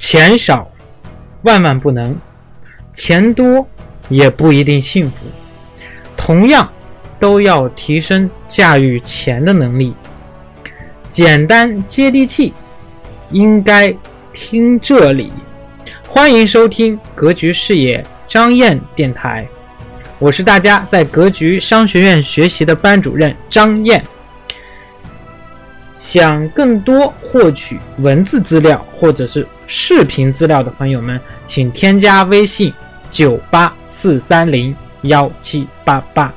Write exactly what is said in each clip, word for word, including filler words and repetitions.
钱少万万不能，钱多也不一定幸福。同样都要提升驾驭钱的能力。简单接地气，应该听这里。欢迎收听格局视野张燕电台，我是大家在格局商学院学习的班主任张燕。想更多获取文字资料或者是视频资料的朋友们，请添加微信九八四三零一七八八。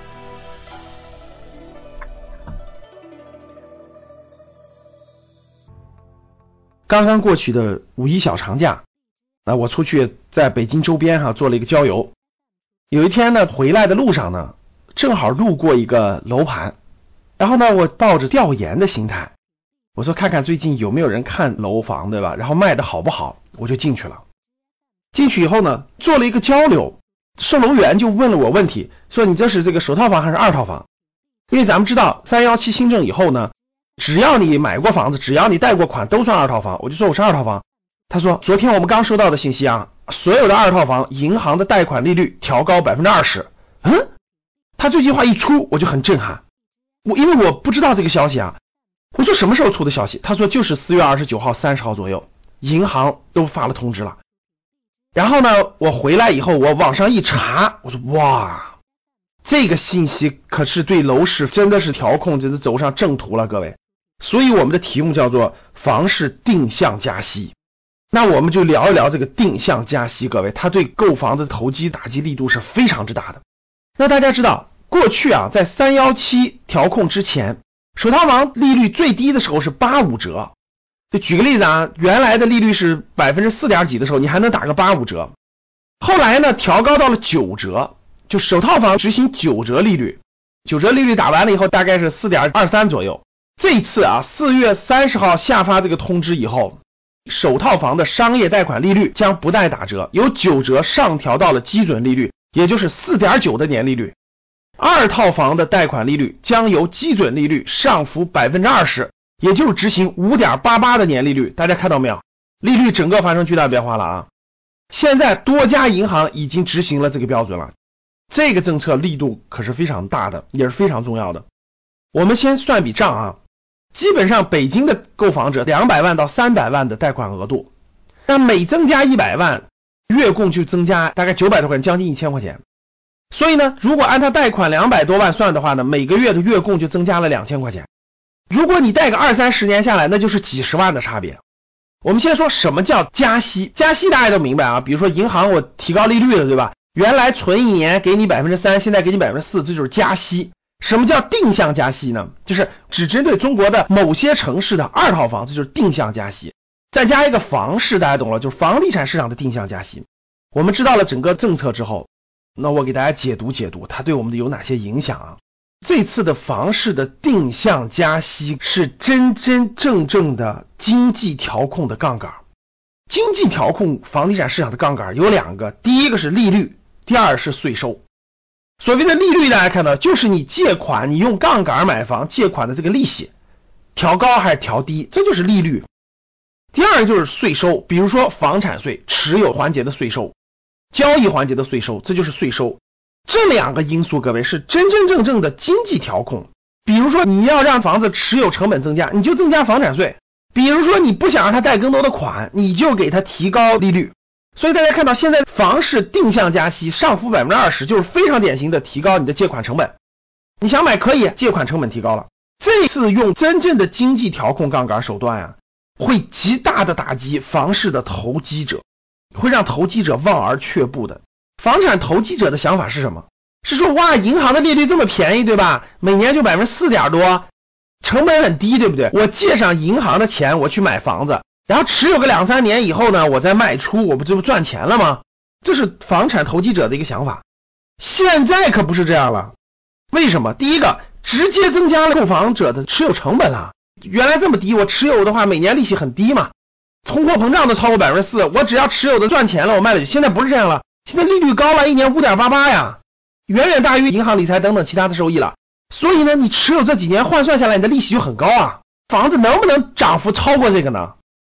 刚刚过去的五一小长假，啊，我出去在北京周边哈、啊、做了一个郊游。有一天呢，回来的路上呢，正好路过一个楼盘，然后呢，我抱着调研的心态，我说看看最近有没有人看楼房，对吧？然后卖的好不好，我就进去了。进去以后呢，做了一个交流，售楼员就问了我问题，说你这是这个首套房还是二套房？因为咱们知道三一七新政以后呢，只要你买过房子，只要你贷过款都算二套房。我就说我是二套房。他说昨天我们刚收到的信息啊，所有的二套房银行的贷款利率调高 百分之二十。 嗯，他这句话一出我就很震撼，我因为我不知道这个消息啊。我说什么时候出的消息？他说就是四月二十九号三十号左右银行都发了通知了。然后呢，我回来以后我网上一查，我说哇，这个信息可是对楼市真的是调控真的走上正途了，各位。所以我们的题目叫做房市定向加息。那我们就聊一聊这个定向加息，各位，它对购房的投机打击力度是非常之大的。那大家知道过去啊，在三一七调控之前，首套房利率最低的时候是八五折。就举个例子啊，原来的利率是 百分之四点几的时候，你还能打个八五折。后来呢，调高到了九折，就首套房执行九折利率。九折利率打完了以后大概是 四点二三 左右。这一次啊，四月三十号下发这个通知以后，首套房的商业贷款利率将不再打折，由九折上调到了基准利率，也就是 四点九 的年利率。二套房的贷款利率将由基准利率上浮 百分之二十， 也就是执行 五点八八 的年利率。大家看到没有？利率整个发生巨大变化了啊！现在多家银行已经执行了这个标准了，这个政策力度可是非常大的，也是非常重要的。我们先算笔账啊，基本上北京的购房者两百万到三百万的贷款额度，那每增加一百万，月供就增加大概九百多块钱，将近一千块钱。所以呢，如果按他贷款两百多万算的话呢，每个月的月供就增加了两千块钱。如果你贷个二三十年下来，那就是几十万的差别。我们先说什么叫加息，加息大家都明白啊，比如说银行我提高利率了，对吧？原来存一年给你 百分之三， 现在给你 百分之四， 这就是加息。什么叫定向加息呢？就是只针对中国的某些城市的二套房，这就是定向加息。再加一个房市，大家懂了，就是房地产市场的定向加息。我们知道了整个政策之后，那我给大家解读解读它对我们的有哪些影响啊。这次的房市的定向加息是真真正正的经济调控的杠杆。经济调控房地产市场的杠杆有两个，第一个是利率，第二是税收。所谓的利率大家看到，就是你借款，你用杠杆买房借款的这个利息调高还是调低，这就是利率。第二就是税收，比如说房产税、持有环节的税收、交易环节的税收，这就是税收。这两个因素各位是真真正正的经济调控。比如说你要让房子持有成本增加，你就增加房产税；比如说你不想让它贷更多的款，你就给它提高利率。所以大家看到现在房市定向加息上浮 百分之二十， 就是非常典型的提高你的借款成本。你想买可以，借款成本提高了。这次用真正的经济调控杠杆手段啊，会极大的打击房市的投机者，会让投机者望而却步的。房产投机者的想法是什么？是说哇，银行的利率这么便宜，对吧？每年就 百分之四 点多，成本很低，对不对？我借上银行的钱我去买房子，然后持有个两三年以后呢，我再卖出，我不就赚钱了吗？这是房产投机者的一个想法。现在可不是这样了。为什么？第一个，直接增加了购房者的持有成本了。原来这么低，我持有的话每年利息很低嘛，通货膨胀都超过 百分之四， 我只要持有的赚钱了我卖了。现在不是这样了，现在利率高了，一年 五点八八 呀，远远大于银行理财等等其他的收益了。所以呢，你持有这几年换算下来，你的利息就很高啊。房子能不能涨幅超过这个呢？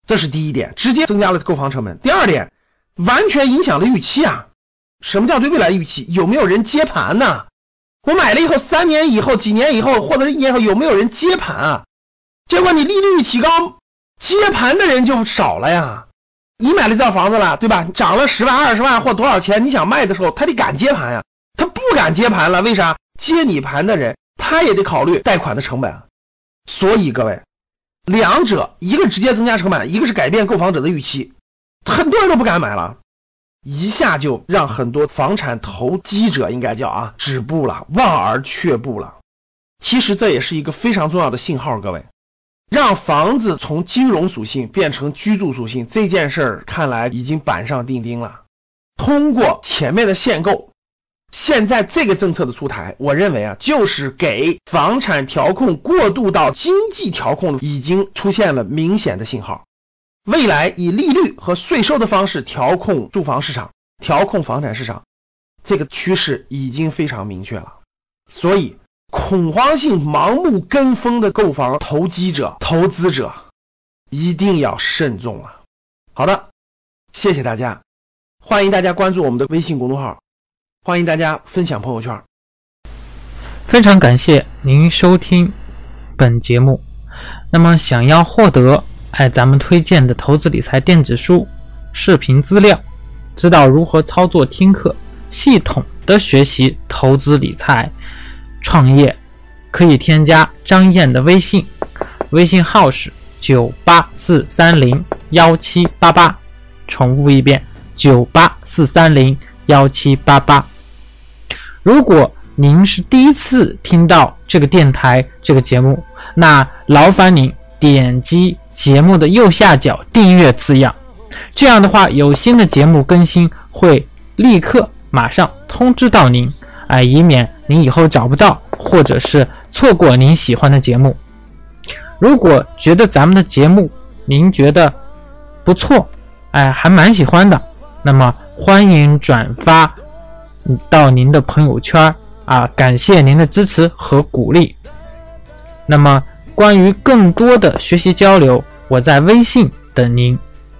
这是第一点，直接增加了购房成本。第二点，完全影响了预期啊。什么叫对未来预期？有没有人接盘呢？我买了以后三年以后几年以后或者是一年以后有没有人接盘啊？结果你利率提高，接盘的人就少了呀。你买了这套房子了，对吧？涨了十万二十万或多少钱，你想卖的时候他得敢接盘呀，他不敢接盘了，为啥？接你盘的人他也得考虑贷款的成本。所以各位，两者一个直接增加成本，一个是改变购房者的预期，很多人都不敢买了，一下就让很多房产投机者应该叫啊止步了，望而却步了。其实这也是一个非常重要的信号，各位，让房子从金融属性变成居住属性，这件事儿看来已经板上钉钉了。通过前面的限购，现在这个政策的出台，我认为啊，就是给房产调控过渡到经济调控已经出现了明显的信号。未来以利率和税收的方式调控住房市场，调控房产市场，这个趋势已经非常明确了。所以恐慌性盲目跟风的购房投机者、投资者一定要慎重了。好的，谢谢大家，欢迎大家关注我们的微信公众号，欢迎大家分享朋友圈。 非常感谢您收听本节目。那么想要获得哎咱们推荐的投资理财电子书、视频资料，知道如何操作听课，系统的学习投资理财创业，可以添加张燕的微信，微信号是九八四三零一七八八，重复一遍九八四三零一七八八。如果您是第一次听到这个电台这个节目，那劳烦您点击节目的右下角订阅字样，这样的话有新的节目更新会立刻马上通知到您，哎，以免您以后找不到或者是错过您喜欢的节目。如果觉得咱们的节目您觉得不错，哎，还蛮喜欢的，那么欢迎转发到您的朋友圈啊，感谢您的支持和鼓励。那么关于更多的学习交流，我在微信等您。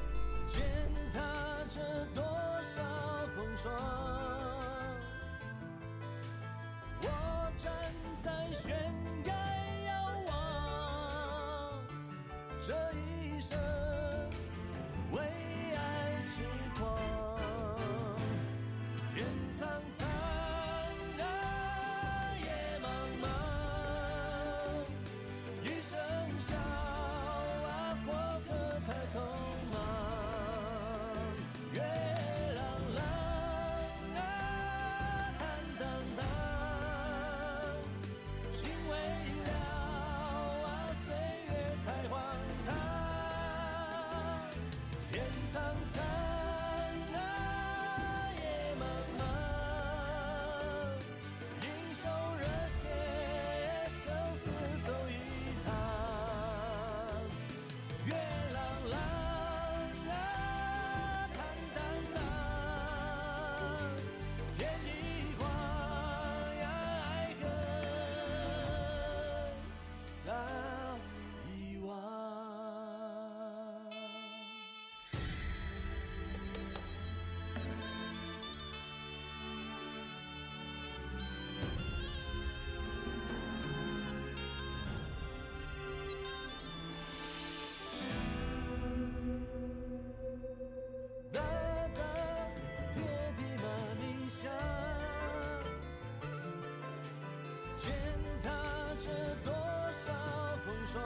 这一生为爱痴狂，天苍苍啊，野茫茫，一生笑啊，过客太匆忙，月朗朗啊，坦荡荡，心未了啊，岁月太荒唐，天苍苍啊，野茫茫，英雄热血，生死走一趟，月朗朗啊，坦荡荡，天一晃呀，爱恨早遗忘。那个铁蹄马鸣响，践踏着多少风霜。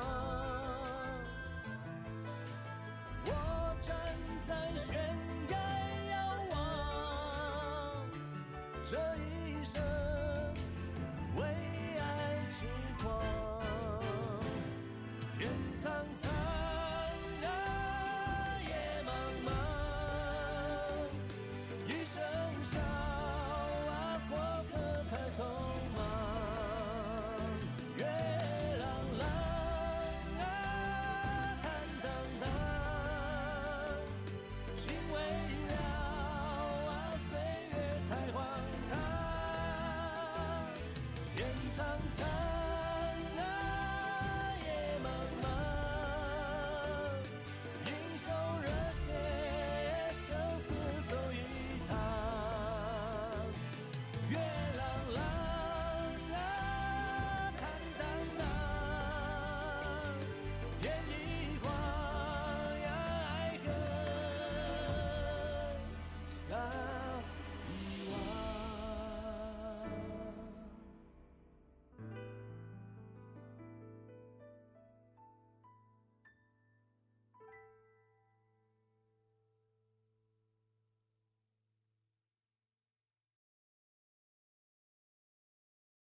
我站在悬崖遥望，这一生